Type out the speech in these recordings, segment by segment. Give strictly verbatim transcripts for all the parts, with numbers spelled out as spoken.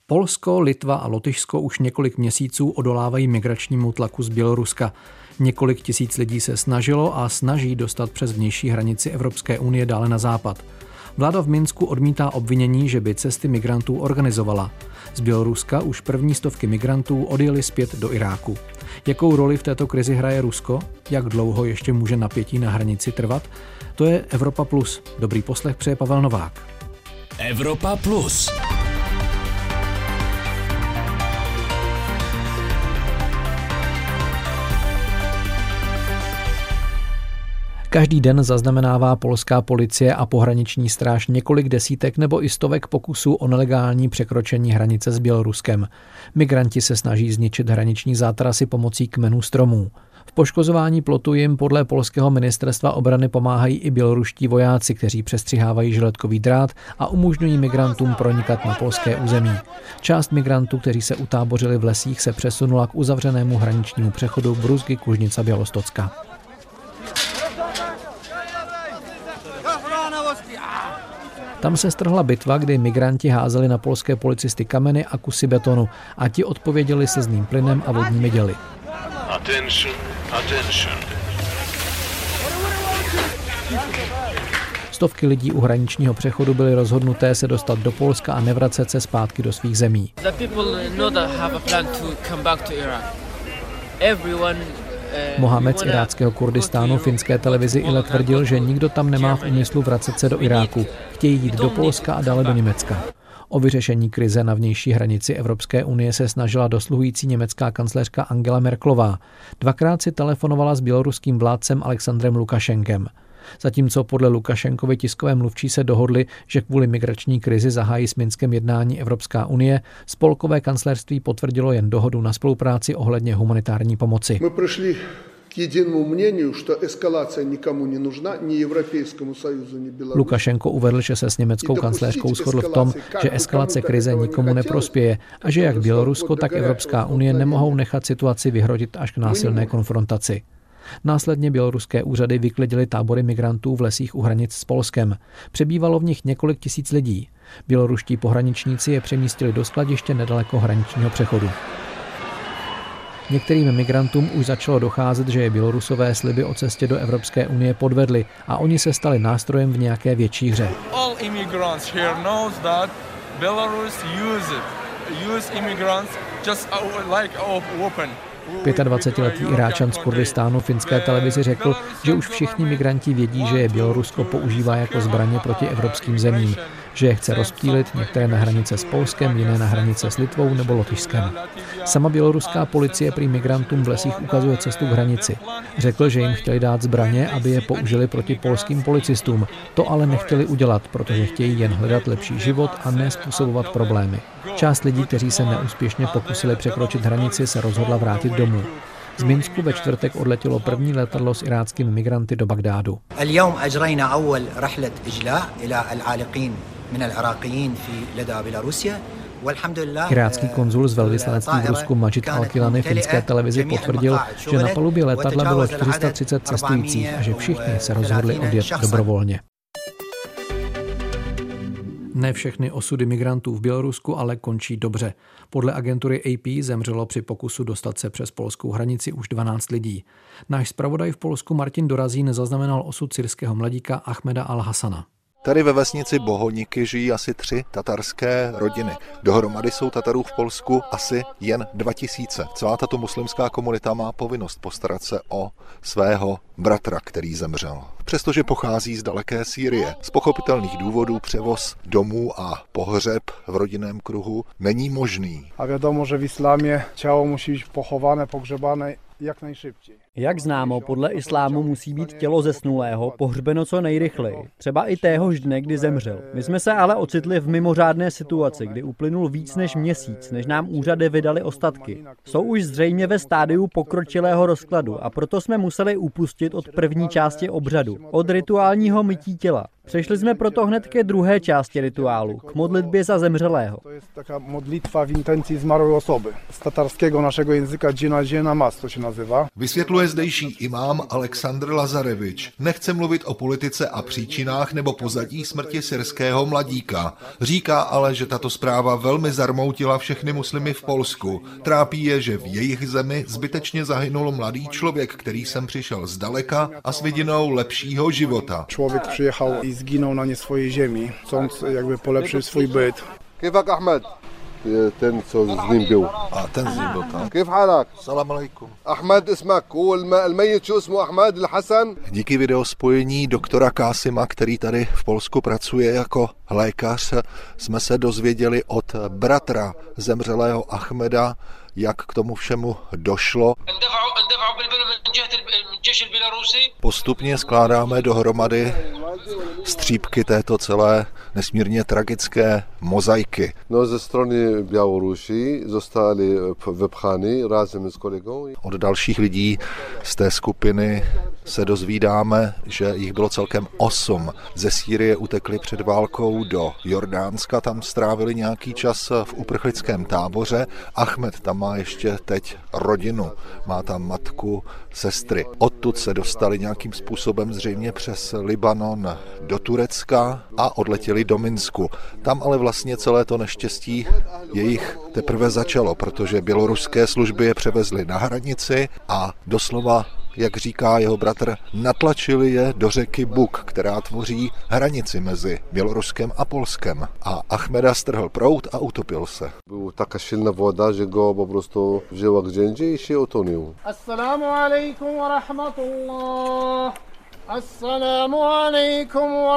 Polsko, Litva a Lotyšsko už několik měsíců odolávají migračnímu tlaku z Běloruska. Několik tisíc lidí se snažilo a snaží dostat přes vnější hranici Evropské unie dále na západ. Vláda v Minsku odmítá obvinění, že by cesty migrantů organizovala. Z Běloruska už první stovky migrantů odjeli zpět do Iráku. Jakou roli v této krizi hraje Rusko? Jak dlouho ještě může napětí na hranici trvat? To je Evropa Plus. Dobrý poslech přeje Pavel Novák. Evropa Plus. Každý den zaznamenává polská policie a pohraniční stráž několik desítek nebo i stovek pokusů o nelegální překročení hranice s Běloruskem. Migranti se snaží zničit hraniční zátarasy pomocí kmenů stromů. V poškozování plotu jim podle polského ministerstva obrany pomáhají i běloruští vojáci, kteří přestřihávají žiletkový drát a umožňují migrantům pronikat na polské území. Část migrantů, kteří se utábořili v lesích, se přesunula k uzavřenému hraničnímu přechodu Bruzgy Kužnica Bělostocka. Tam se strhla bitva, kdy migranti házeli na polské policisty kameny a kusy betonu a ti odpověděli slzným plynem a vodními děly. Attention, attention. Stovky lidí u hraničního přechodu byly rozhodnuté se dostat do Polska a nevracet se zpátky do svých zemí. Mohamed z iráckého Kurdistánu finské televizi Ile tvrdil, že nikdo tam nemá v úmyslu vracet se do Iráku. Chtějí jít do Polska a dále do Německa. O vyřešení krize na vnější hranici Evropské unie se snažila dosluhující německá kancléřka Angela Merkelová. Dvakrát si telefonovala s běloruským vládcem Alexandrem Lukašenkem. Zatímco podle Lukašenkovy tiskové mluvčí se dohodli, že kvůli migrační krizi zahájí s Minskem jednání Evropská unie, spolkové kancléřství potvrdilo jen dohodu na spolupráci ohledně humanitární pomoci. My přišli k jedinému мнению, že eskalace nikomu nenужна, ni Evropskému союзу, ni Bělorusku. Lukašenko uvedl, že se s německou kancléřkou shodl v tom, že eskalace krize nikomu neprospěje a že jak Bělorusko, tak Evropská unie nemohou nechat situaci vyhrotit až k násilné konfrontaci. Následně běloruské úřady vyklidily tábory migrantů v lesích u hranic s Polskem. Přebývalo v nich několik tisíc lidí. Běloruští pohraničníci je přemístili do skladiště nedaleko hraničního přechodu. Některým migrantům už začalo docházet, že je Bělorusové sliby o cestě do Evropské unie podvedli a oni se stali nástrojem v nějaké větší hře. All immigrants here knows that Belarus use use immigrants just like a weapon. dvacetiletý Iráčan z Kurdistánu finské televizi řekl, že už všichni migranti vědí, že je Bělorusko používá jako zbraně proti evropským zemím, že je chce rozptýlit, některé na hranice s Polskem, jiné na hranice s Litvou nebo Lotyšskem. Sama běloruská policie prý migrantům v lesích ukazuje cestu k hranici. Řekl, že jim chtěli dát zbraně, aby je použili proti polským policistům. To ale nechtěli udělat, protože chtějí jen hledat lepší život a ne způsobovat problémy. Část lidí, kteří se neúspěšně pokusili překročit hranici, se rozhodla vrátit domů. Z Minsku ve čtvrtek odletělo první letadlo s iráckými migranty do Bagdádu. Irácký konzul z velvyslanectví v Rusku Majid Al-Kilani finské televizi potvrdil, že na palubě letadla bylo čtyři sta třicet cestujících a že všichni se rozhodli odjet dobrovolně. Ne všechny osudy migrantů v Bělorusku ale končí dobře. Podle agentury A P zemřelo při pokusu dostat se přes polskou hranici už dvanáct lidí. Náš zpravodaj v Polsku Martin Dorazín zaznamenal osud syrského mladíka Ahmeda Al-Hasana. Tady ve vesnici Bohoniky žijí asi tři tatarské rodiny. Dohromady jsou Tatarů v Polsku asi jen dva tisíce. Celá tato muslimská komunita má povinnost postarat se o svého bratra, který zemřel. Přestože pochází z daleké Sýrie. Z pochopitelných důvodů převoz domů a pohřeb v rodinném kruhu není možný. A wiadomo, že v islámě tělo musí být pochováno, pohřebáno jak nejšybtěji. Jak známo, podle islámu musí být tělo zesnulého pohřbeno co nejrychleji, třeba i téhož dne, kdy zemřel. My jsme se ale ocitli v mimořádné situaci, kdy uplynul víc než měsíc, než nám úřady vydali ostatky. Jsou už zřejmě ve stádiu pokročilého rozkladu a proto jsme museli upustit od první části obřadu, od rituálního mytí těla. Přešli jsme proto hned ke druhé části rituálu, k modlitbě za zemřelého. To je taká modlitwa w intencji zmarłej osoby. Z tatarskiego naszego języka dżinadzie namaz to się nazywa. Vysvětluje zdejší imám Aleksandr Lazarevič. Nechce mluvit o politice a příčinách nebo pozadí smrti syrského mladíka. Říká ale, že tato zpráva velmi zarmoutila všechny muslimy v Polsku. Trápí je, že v jejich zemi zbytečně zahynul mladý člověk, který sem přišel zdaleka a s vidinou lepšího života. Człowiek przyjechał i zginął na nie swojej ziemi, chcąc jakby polepszyć swój byt. Kifak Ahmed? Ten, co z ním byl. A ten z ním byl tam. Kif halak? Salam alaikum. Ahmed ismak, al-mayyit šo ismu Ahmed al-Hasan? Díky videospojení doktora Kásima, který tady v Polsku pracuje jako lékař, jsme se dozvěděli od bratra zemřelého Ahmeda, jak k tomu všemu došlo. Postupně skládáme dohromady střípky této celé nesmírně tragické mozaiky. No, ze strany Bělorusi zostali vypchány razem s kolegou. Od dalších lidí z té skupiny se dozvídáme, že jich bylo celkem osm. Ze Sýrie utekli před válkou do Jordánska, tam strávili nějaký čas v uprchlickém táboře. Ahmed tam má ještě teď rodinu, má tam matku, sestry. Odtud se dostali nějakým způsobem zřejmě přes Libanon do Turecka a odletěli do Minsku. Tam ale vlastně celé to neštěstí jejich teprve začalo, protože běloruské služby je převezly na hranici a doslova, jak říká jeho bratr, natlačili je do řeky Buk, která tvoří hranici mezi Běloruskem a Polskem. A Ahmeda strhl proud a utopil se. Byla taká silná voda, že go po prostu wzięła gdzie indziej i się utonil. Assalamu alaikum wa rahmatullah. Assalamu alaikum wa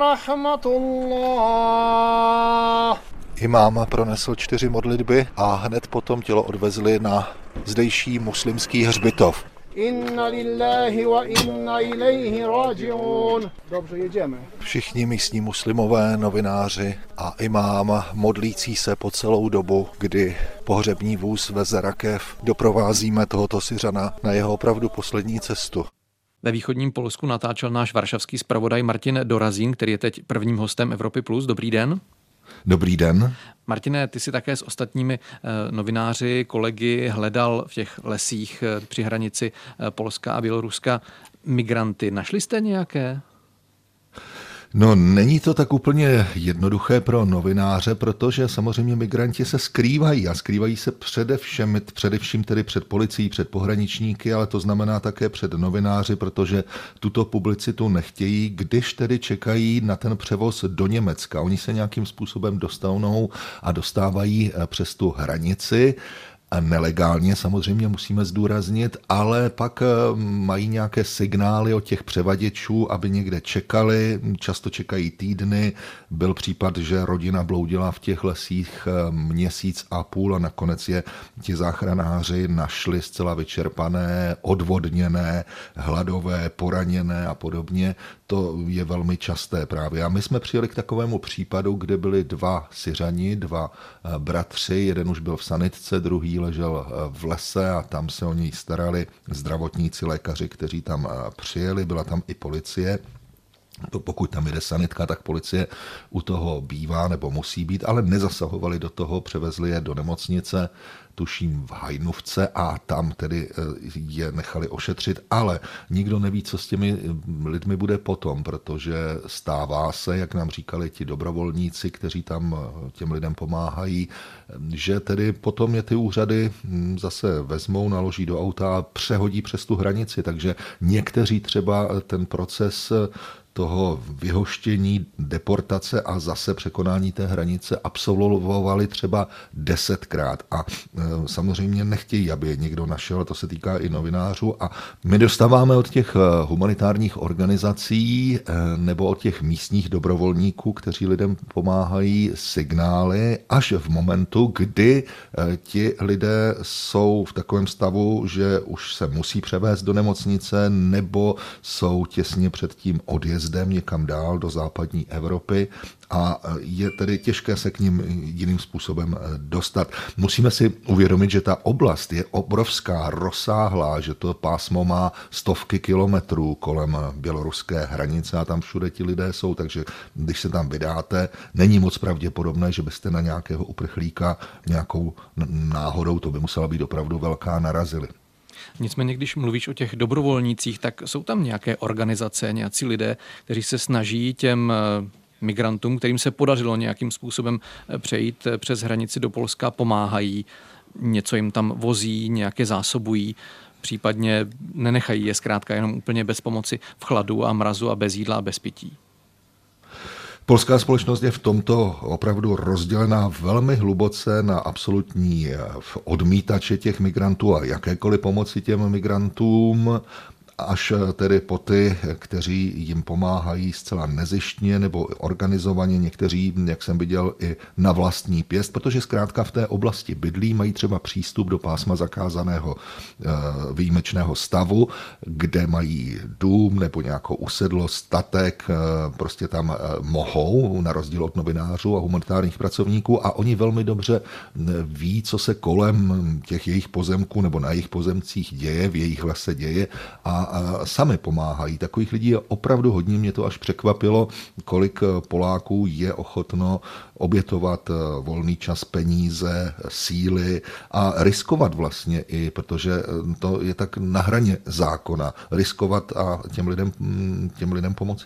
rahmatullah. Imám pronesl čtyři modlitby a hned potom tělo odvezli na zdejší muslimský hřbitov. Inna lillahi wa inna ilaihi raji'un. Dobře, jedeme. Všichni místní muslimové, novináři a imám modlící se po celou dobu, kdy pohřební vůz veze rakev, doprovázíme tohoto Syřana na jeho opravdu poslední cestu. Ve východním Polsku natáčel náš varšavský zpravodaj Martin Dorazín, který je teď prvním hostem Evropy plus. Dobrý den. Dobrý den. Martine, ty si také s ostatními novináři, kolegy hledal v těch lesích při hranici Polska a Běloruska migranty. Našli jste nějaké? No, není to tak úplně jednoduché pro novináře, protože samozřejmě migranti se skrývají a skrývají se především, především tedy před policií, před pohraničníky, ale to znamená také před novináři, protože tuto publicitu nechtějí, když tedy čekají na ten převoz do Německa. Oni se nějakým způsobem dostanou a dostávají přes tu hranici. Nelegálně samozřejmě musíme zdůraznit, ale pak mají nějaké signály od těch převaděčů, aby někde čekali, často čekají týdny. Byl případ, že rodina bloudila v těch lesích měsíc a půl a nakonec je ti záchranáři našli zcela vyčerpané, odvodněné, hladové, poraněné a podobně. To je velmi časté právě. A my jsme přijeli k takovému případu, kde byli dva Syřani, dva bratři, jeden už byl v sanitce, druhý ležel v lese a tam se o něj starali zdravotníci, lékaři, kteří tam přijeli, byla tam i policie. Pokud tam jde sanitka, tak policie u toho bývá nebo musí být, ale nezasahovali do toho, převezli je do nemocnice, tuším v Hajnůvce a tam tedy je nechali ošetřit, ale nikdo neví, co s těmi lidmi bude potom, protože stává se, jak nám říkali ti dobrovolníci, kteří tam těm lidem pomáhají, že tedy potom je ty úřady zase vezmou, naloží do auta a přehodí přes tu hranici, takže někteří třeba ten proces toho vyhoštění, deportace a zase překonání té hranice absolvovali třeba desetkrát. A e, samozřejmě nechtějí, aby je někdo našel, to se týká i novinářů. A my dostáváme od těch humanitárních organizací e, nebo od těch místních dobrovolníků, kteří lidem pomáhají, signály až v momentu, kdy e, ti lidé jsou v takovém stavu, že už se musí převést do nemocnice nebo jsou těsně před tím odjezdem někam dál do západní Evropy a je tedy těžké se k nim jiným způsobem dostat. Musíme si uvědomit, že ta oblast je obrovská, rozsáhlá, že to pásmo má stovky kilometrů kolem běloruské hranice a tam všude ti lidé jsou, takže když se tam vydáte, není moc pravděpodobné, že byste na nějakého uprchlíka nějakou náhodou, to by musela být opravdu velká, narazili. Nicméně, když mluvíš o těch dobrovolnících, tak jsou tam nějaké organizace, nějací lidé, kteří se snaží těm migrantům, kterým se podařilo nějakým způsobem přejít přes hranici do Polska, pomáhají, něco jim tam vozí, nějaké zásobují, případně nenechají je zkrátka jenom úplně bez pomoci v chladu a mrazu a bez jídla a bez pití. Polská společnost je v tomto opravdu rozdělená velmi hluboce na absolutní odmítače těch migrantů a jakékoliv pomoci těm migrantům, až tedy po ty, kteří jim pomáhají zcela nezištně nebo organizovaně, někteří, jak jsem viděl, i na vlastní pěst, protože zkrátka v té oblasti bydlí, mají třeba přístup do pásma zakázaného výjimečného stavu, kde mají dům nebo nějakou usedlost, statek, prostě tam mohou, na rozdíl od novinářů a humanitárních pracovníků, a oni velmi dobře ví, co se kolem těch jejich pozemků nebo na jejich pozemcích děje, v jejich lese děje, a a sami pomáhají. Takových lidí je opravdu hodně, mě to až překvapilo, kolik Poláků je ochotno obětovat volný čas, peníze, síly a riskovat vlastně i, protože to je tak na hraně zákona, riskovat a těm lidem, těm lidem pomoci.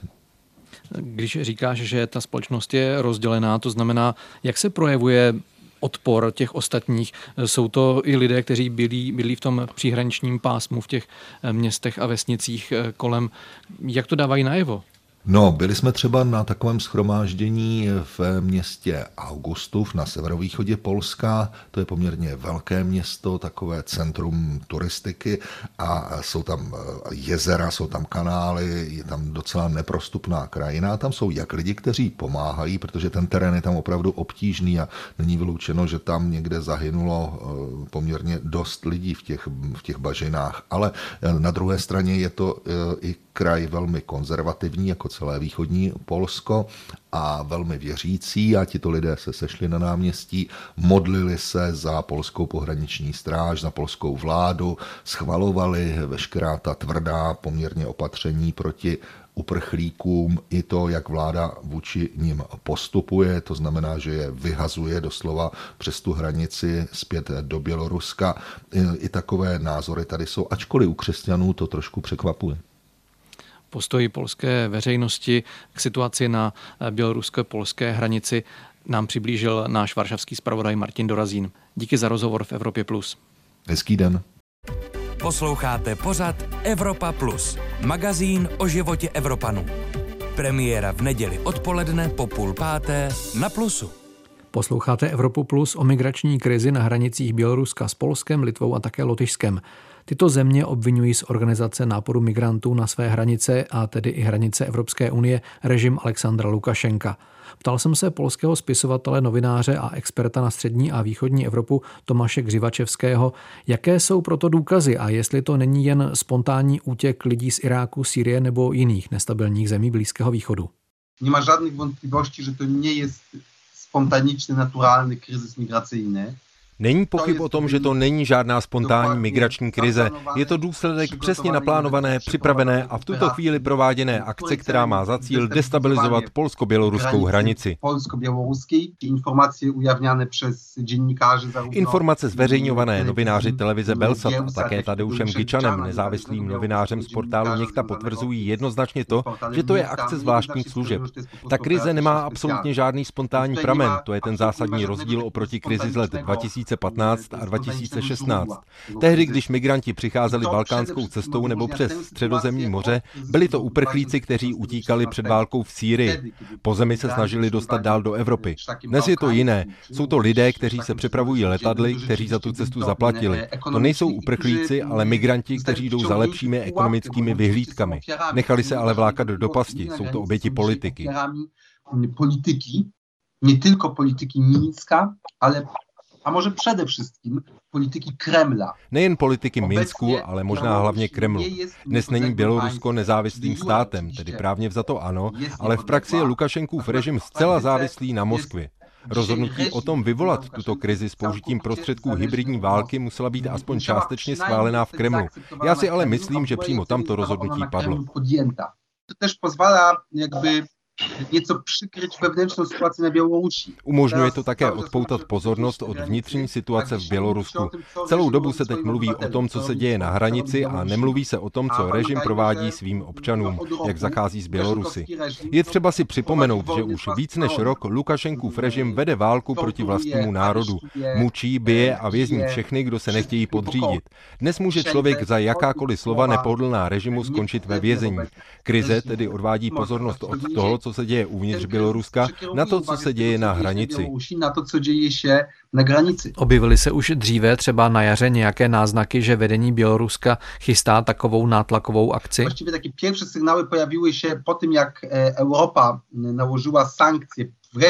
Když říkáš, že ta společnost je rozdělená, to znamená, jak se projevuje odpor těch ostatních? Jsou to i lidé, kteří bydlí, bydlí v tom příhraničním pásmu, v těch městech a vesnicích kolem. Jak to dávají najevo? No, byli jsme třeba na takovém shromáždění v městě Augustów na severovýchodě Polska. To je poměrně velké město, takové centrum turistiky a jsou tam jezera, jsou tam kanály, je tam docela neprostupná krajina. A tam jsou jak lidi, kteří pomáhají, protože ten terén je tam opravdu obtížný a není vyloučeno, že tam někde zahynulo poměrně dost lidí v těch, v těch bažinách. Ale na druhé straně je to i kraj velmi konzervativní, jako celé východní Polsko, a velmi věřící, a tito lidé se sešli na náměstí, modlili se za polskou pohraniční stráž, za polskou vládu, schvalovali veškerá ta tvrdá poměrně opatření proti uprchlíkům, i to, jak vláda vůči nim postupuje, to znamená, že je vyhazuje doslova přes tu hranici zpět do Běloruska. I takové názory tady jsou, ačkoliv u křesťanů to trošku překvapuje. Postoj polské veřejnosti k situaci na bělorusko-polské hranici nám přiblížil náš varšavský zpravodaj Martin Dorazín. Díky za rozhovor v Evropě plus. Hezký den. Posloucháte pořad Evropa plus, magazín o životě Evropanů. Premiéra v neděli odpoledne po půl páté na Plusu. Posloucháte Evropu plus o migrační krizi na hranicích Běloruska s Polskem, Litvou a také Lotyšskem. Tyto země obvinují z organizace náporu migrantů na své hranice, a tedy i hranice Evropské unie, režim Alexandra Lukašenka. Ptal jsem se polského spisovatele, novináře a experta na střední a východní Evropu Tomáše Křivačevského, jaké jsou proto důkazy a jestli to není jen spontánní útěk lidí z Iráku, Sýrie nebo jiných nestabilních zemí Blízkého východu. Nemá žádných wątpliwości, že to nie jest spontaniczny, naturalny kryzys migracyjny. Není pochyb o tom, že to není žádná spontánní migrační krize. Je to důsledek přesně naplánované, připravené a v tuto chvíli prováděné akce, která má za cíl destabilizovat polsko-běloruskou hranici. Informace zveřejňované novináři televize Belsat a také Tadeušem Gičanem, nezávislým novinářem z portálu Něchta, potvrzují jednoznačně to, že to je akce zvláštních služeb. Ta krize nemá absolutně žádný spontánní pramen, to je ten zásadní rozdíl oproti krizi z let dva tisíce patnáct a dva tisíce šestnáct. Tehdy, když migranti přicházeli balkánskou cestou nebo přes Středozemní moře, byli to uprchlíci, kteří utíkali před válkou v Sýrii. Po zemi se snažili dostat dál do Evropy. Dnes je to jiné. Jsou to lidé, kteří se přepravují letadly, kteří za tu cestu zaplatili. To nejsou uprchlíci, ale migranti, kteří jdou za lepšími ekonomickými vyhlídkami. Nechali se ale vlákat do pasti. Jsou to oběti politiky. Politiky, nie tylko polityki Mińska, ale a może przede wszystkim polityky Kremla. Nejen politiky Minsku, ale možná hlavně Kremlu. Dnes není Bělorusko nezávislým státem, tedy právně vzato ano, ale v praxi je Lukašenkův režim zcela závislý na Moskvě. Rozhodnutí o tom vyvolat tuto krizi s použitím prostředků hybridní války musela být aspoň částečně schválená v Kremlu. Já si ale myslím, že přímo tamto rozhodnutí padlo. To też pozwala jakby něco přikryť wewnętrzną sytuację na Bělorusí. Umožňuje to také odpoutat pozornost od vnitřní situace v Bělorusku. Celou dobu se teď mluví o tom, co se děje na hranici a nemluví se o tom, co režim provádí svým občanům, jak zachází s Bělorusy. Je třeba si připomenout, že už víc než rok Lukašenkův režim vede válku proti vlastnímu národu. Mučí, bije a vězní všechny, kdo se nechtějí podřídit. Dnes může člověk za jakákoliv slova nepohodlná režimu skončit ve vězení. Krize tedy odvádí pozornost od toho, co se děje uvnitř Běloruska, na to, co se děje na hranici. Na to, co děje se na hranici. Objevily se už dříve třeba na jaře nějaké náznaky, že vedení Běloruska chystá takovou nátlakovou akci? Właściwie takie pierwsze sygnały pojawiły się po tym, jak Europa nałożyła sankcje.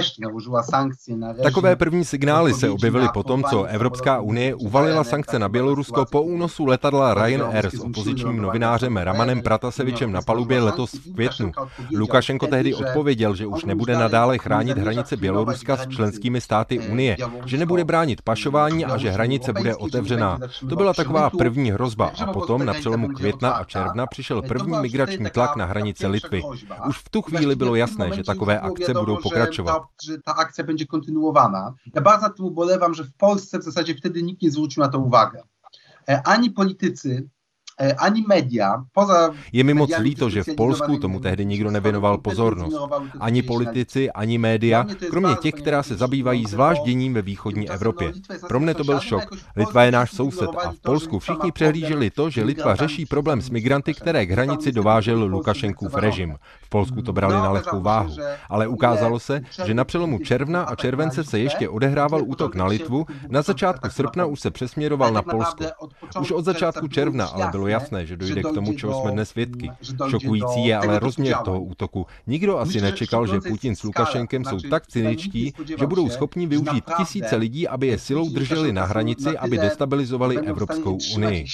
Takové první signály se objevily po tom, co Evropská unie uvalila sankce na Bělorusko po únosu letadla Ryanair s opozičním novinářem Ramanem Pratasevičem na palubě letos v květnu. Lukašenko tehdy odpověděl, že už nebude nadále chránit hranice Běloruska s členskými státy Unie, že nebude bránit pašování a že hranice bude otevřená. To byla taková první hrozba a potom na přelomu května a června přišel první migrační tlak na hranice Litvy. Už v tu chvíli bylo jasné, že takové akce budou pokračovat. Że ta akcja będzie kontynuowana. Ja bardzo tym ubolewam, że w Polsce w zasadzie wtedy nikt nie zwrócił na to uwagę. Ani politycy, ani média, poza... Je mi moc líto, že v Polsku tomu tehdy nikdo nevěnoval pozornost. Ani politici, ani média, kromě těch, která se zabývají zvlášť děním ve východní Evropě. Pro mne to byl šok. Litva je náš soused a v Polsku všichni přehlíželi to, že Litva řeší problém s migranty, které k hranici dovážel Lukašenkův režim. V Polsku to brali na lehkou váhu. Ale ukázalo se, že na přelomu června a července se ještě odehrával útok na Litvu, na začátku srpna už se přesměroval na Polsko. Už od začátku června ale bylo jasné, že dojde k tomu, čeho jsme dnes svědky. Šokující je ale rozměr toho útoku. Nikdo asi nečekal, že Putin s Lukašenkem jsou tak cyničtí, že budou schopni využít tisíce lidí, aby je silou drželi na hranici, aby destabilizovali Evropskou unii.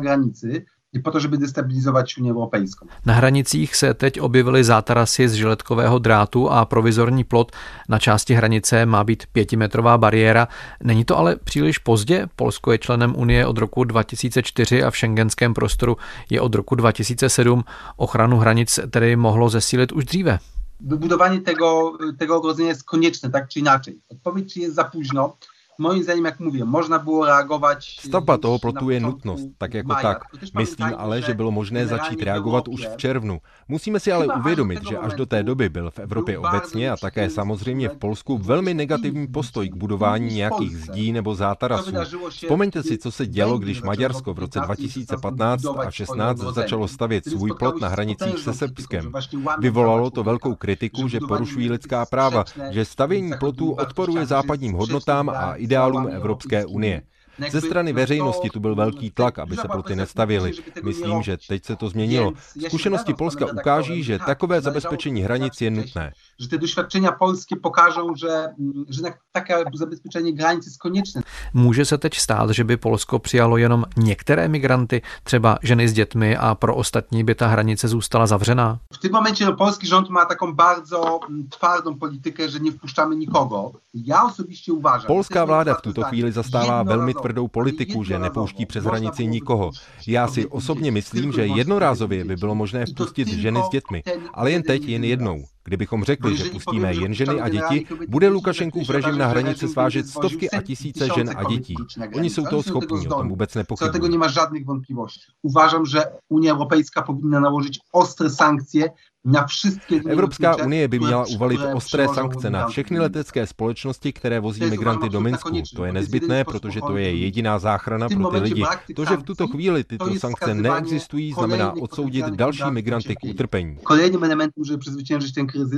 I po to, żeby destabilizovat Unię Europejską. Na hranicích se teď objevily zátarasy z žiletkového drátu a provizorní plot. Na části hranice má být pětimetrová bariéra. Není to ale příliš pozdě? Polsko je členem Unie od roku dva tisíce čtyři a v schengenském prostoru je od roku dva tisíce sedm. Ochranu hranic tedy mohlo zesílit už dříve. Wybudowanie tego, tego ogrodzenia jest konieczne, tak czy inaczej. Odpowiedź, czy jest za późno. Moim zdaniem, jak mówię, można było reagovat. Stavba toho plotu je nutnost, tak jako tak. Myslím ale, že bylo možné začít reagovat už v červnu. Musíme si ale uvědomit, že až do té doby byl v Evropě obecně a také samozřejmě v Polsku velmi negativní postoj k budování nějakých zdí nebo zátarasů. Vzpomeňte si, co se dělo, když Maďarsko v roce dva tisíce patnáct a šestnáct začalo stavět svůj plot na hranicích se Srbskem. Vyvolalo to velkou kritiku, že porušují lidská práva, že stavění plotů odporuje západním hodnotám a ideálům Evropské unie. Ze strany veřejnosti tu byl velký tlak, aby se ploty nestavěly. Myslím, že teď se to změnilo. Zkušenosti Polska ukáží, že takové zabezpečení hranic je nutné. Že ty doświadczenia polskie pokażą, že, že také zabezpečení hranic je konečné. Může se teď stát, že by Polsko přijalo jenom některé migranty, třeba ženy s dětmi, a pro ostatní by ta hranice zůstala zavřená? V tym momencie no, polski rząd ma taką bardzo twardą politykę, že nevpušťáme nikogo. Já osobiście uważam. Polská vláda v tuto chvíli zastává velmi tvrdou politiku, že nepouští přes hranici nikoho. Já si osobně myslím, že jednorázově by bylo možné vpustit ženy s dětmi, ale jen teď, jen jednou. Kdybychom řekli, že pustíme jen ženy a děti, bude Lukašenkův režim na hranici svážet stovky a tisíce žen a dětí. Oni jsou toho schopní, o tom vůbec nepochybuji. Co tego nie ma żadnych wątpliwości. Uważam, že Unia Europejska powinna nałożyć ostre sankcje na wszystkie. Evropská unie by měla uvalit ostré sankce na všechny letecké společnosti, které vozí migranty do Minsku. To je nezbytné, protože to je jediná záchrana pro ty lidi. To, že v tuto chvíli tyto sankce neexistují, znamená odsoudit další migranty k utrpení. Kolejnym elementem, żeby przezwyciężyć ten kryzys,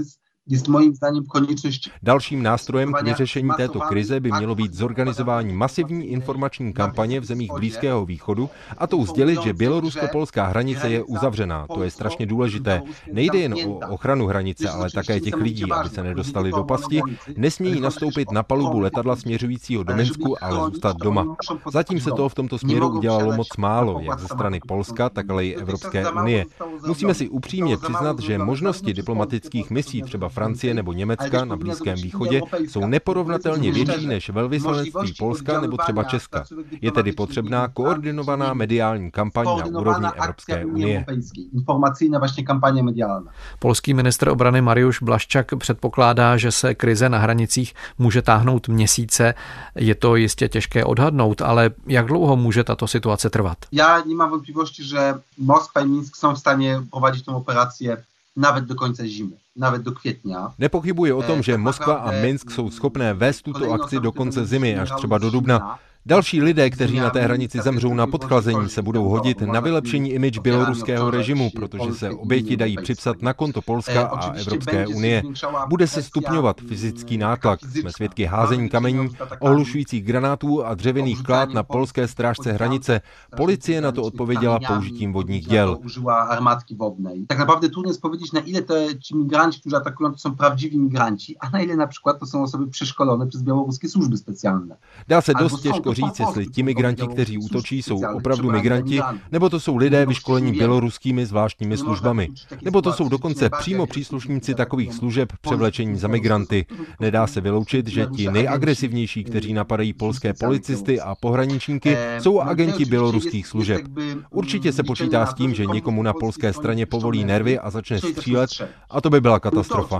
jest moim zdaniem konieczność. Dalším nástrojem k vyřešení této krize by mělo být zorganizování masivní informační kampaně v zemích Blízkého východu a to sdělit, že bělorusko-polská hranice je uzavřená. To je strašně důležité. Nejde jen o ochranu hranice, ale také těch lidí, aby se nedostali do pasti. Nesmějí nastoupit na palubu letadla směřujícího do Minsku, ale zůstat doma. Zatím se toho v tomto směru udělalo moc málo, jak ze strany Polska, tak ale i Evropské unie. Musíme si upřímně přiznat, že možnosti diplomatických misí třeba Francie nebo Německa na Blízkém východě jsou neporovnatelně větší než velvyslanectví Polska nebo třeba Česka. Je tedy potřebná koordinovaná mediální kampaň na úrovni Evropské unie. Informacyjna vlastně kampaně mediální. Polský ministr obrany Mariusz Błaszczak předpokládá, že se krize na hranicích může táhnout měsíce. Je to jistě těžké odhadnout, ale jak dlouho může tato situace trvat? Já nemám wątpliwości, že Moskva i Minsk jsou v stanie prowadzić tę operację nawet do końca zimy, nawet do května. Nepochybuji o tom, že Moskva a Minsk jsou schopné vést tuto akci do konce zimy až třeba do dubna. Další lidé, kteří na té hranici zemřou na podchlazení, se budou hodit na vylepšení image běloruského režimu, protože se oběti dají připsat na konto Polska a Evropské unie. Bude se stupňovat fyzický nátlak. Jsme svědky házení kamení, ohlušujících granátů a dřevěných klád na polské strážce hranice. Policie na to odpověděla použitím vodních děl. Tak naprawdę trudno jest powiedzieć, na ile te ci migranci, którzy atakują, to są prawdziwi migranci, a na ile na przykład to są osoby przeszkolone przez białoruskie służby specjalne. Dá se dost těžko říct, jestli ti migranti, kteří útočí, jsou opravdu migranti, nebo to jsou lidé vyškolení běloruskými zvláštními službami, nebo to jsou dokonce přímo příslušníci takových služeb převlečení za migranty. Nedá se vyloučit, že ti nejagresivnější, kteří napadají polské policisty a pohraničníky, jsou agenti běloruských služeb. Určitě se počítá s tím, že někomu na polské straně povolí nervy a začne střílet, a to by byla katastrofa.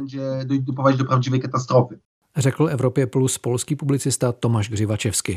Řekl Evropě Plus polský publicista Tomáš Gřivačevsky.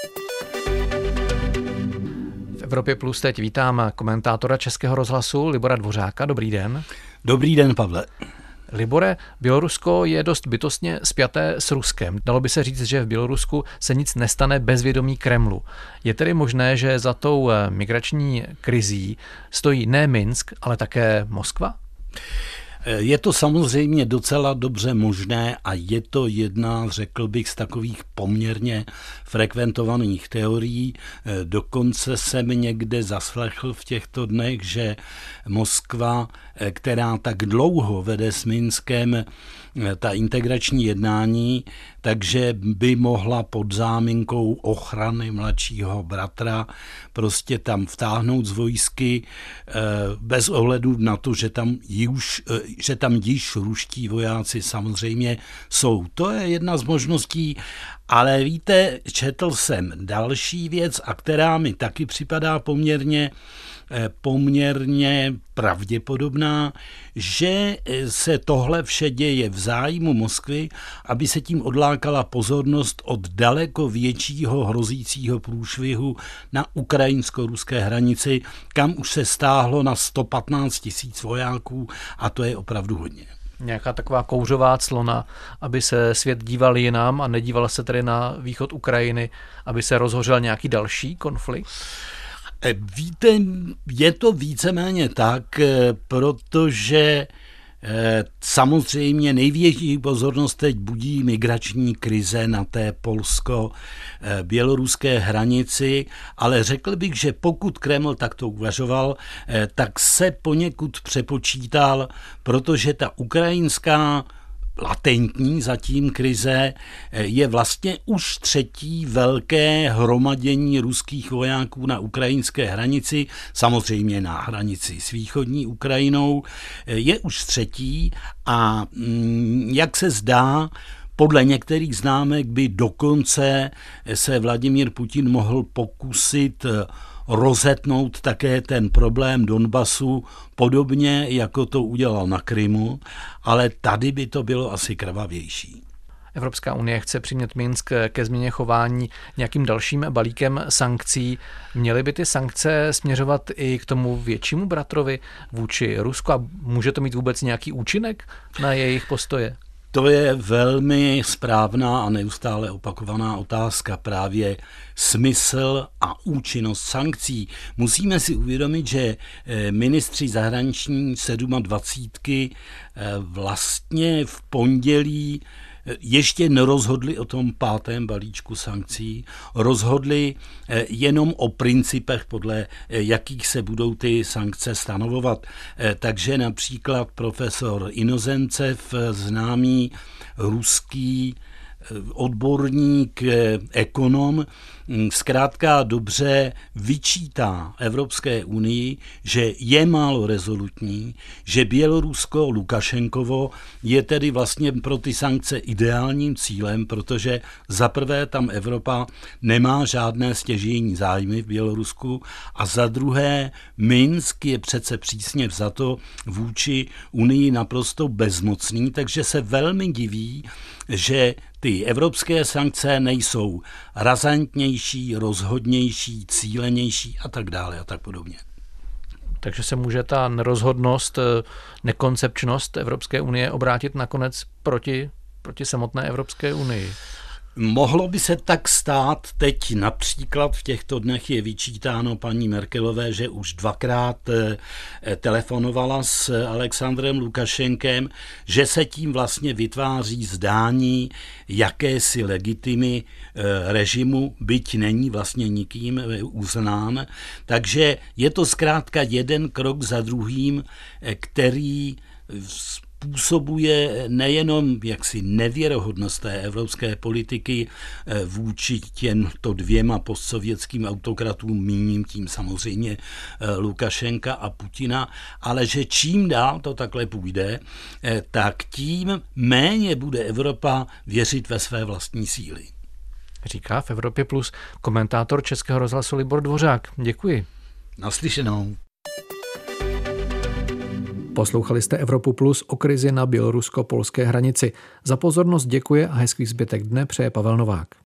V Evropě Plus teď vítám komentátora Českého rozhlasu Libora Dvořáka. Dobrý den. Dobrý den, Pavle. Libore, Bělorusko je dost bytostně spjaté s Ruskem. Dalo by se říct, že v Bělorusku se nic nestane bez vědomí Kremlu. Je tedy možné, že za tou migrační krizí stojí ne Minsk, ale také Moskva? Je to samozřejmě docela dobře možné a je to jedna, řekl bych, z takových poměrně frekventovaných teorií. Dokonce jsem někde zaslechl v těchto dnech, že Moskva, která tak dlouho vede s Minskem ta integrační jednání, takže by mohla pod záminkou ochrany mladšího bratra prostě tam vtáhnout z vojsky bez ohledu na to, že tam již, že tam již ruští vojáci samozřejmě jsou. To je jedna z možností, ale víte, četl jsem další věc, a která mi taky připadá poměrně poměrně pravděpodobná, že se tohle vše děje v zájmu Moskvy, aby se tím odlákala pozornost od daleko většího hrozícího průšvihu na ukrajinsko-ruské hranici, kam už se stáhlo na sto patnáct tisíc vojáků, a to je opravdu hodně. Nějaká taková kouřová clona, aby se svět díval jinam a nedíval se tedy na východ Ukrajiny, aby se rozhořel nějaký další konflikt? Víte, je to víceméně tak, protože samozřejmě největší pozornost teď budí migrační krize na té polsko-běloruské hranici, ale řekl bych, že pokud Kreml takto uvažoval, tak se poněkud přepočítal, protože ta ukrajinská latentní zatím krize je vlastně už třetí velké hromadění ruských vojáků na ukrajinské hranici, samozřejmě na hranici s východní Ukrajinou, je už třetí a jak se zdá, podle některých známek by dokonce se Vladimír Putin mohl pokusit rozetnout také ten problém Donbasu, podobně jako to udělal na Krymu, ale tady by to bylo asi krvavější. Evropská unie chce přimět Minsk ke změně chování nějakým dalším balíkem sankcí. Měly by ty sankce směřovat i k tomu většímu bratrovi vůči Rusku a může to mít vůbec nějaký účinek na jejich postoje? To je velmi správná a neustále opakovaná otázka, právě smysl a účinnost sankcí. Musíme si uvědomit, že ministři zahraniční dvacítky vlastně v pondělí ještě nerozhodli o tom pátém balíčku sankcí, rozhodli jenom o principech, podle jakých se budou ty sankce stanovovat. Takže například profesor Inozencev, známý ruský odborník, ekonom, zkrátka dobře vyčítá Evropské unii, že je málo rezolutní, že Bělorusko, Lukašenkovo je tedy vlastně pro ty sankce ideálním cílem, protože za prvé tam Evropa nemá žádné stěžejní zájmy v Bělorusku a za druhé Minsk je přece přísně vzato vůči unii naprosto bezmocný, takže se velmi diví, že ty evropské sankce nejsou razantnější, rozhodnější, cílenější a tak dále a tak podobně. Takže se může ta nerozhodnost, nekoncepčnost Evropské unie obrátit nakonec proti, proti samotné Evropské unii. Mohlo by se tak stát. Teď například v těchto dnech je vyčítáno paní Merkelové, že už dvakrát telefonovala s Alexandrem Lukašenkem, že se tím vlastně vytváří zdání jakési legitimy režimu, byť není vlastně nikým uznán. Takže je to zkrátka jeden krok za druhým, který způsobuje nejenom jaksi nevěrohodnost té evropské politiky vůči těmto dvěma postsovětským autokratům, míním tím samozřejmě Lukašenka a Putina, ale že čím dál to takhle půjde, tak tím méně bude Evropa věřit ve své vlastní síly. Říká v Evropě Plus komentátor Českého rozhlasu Libor Dvořák. Děkuji. Naslyšenou. Poslouchali jste Evropu Plus o krizi na bělorusko-polské hranici. Za pozornost děkuje a hezký zbytek dne přeje Pavel Novák.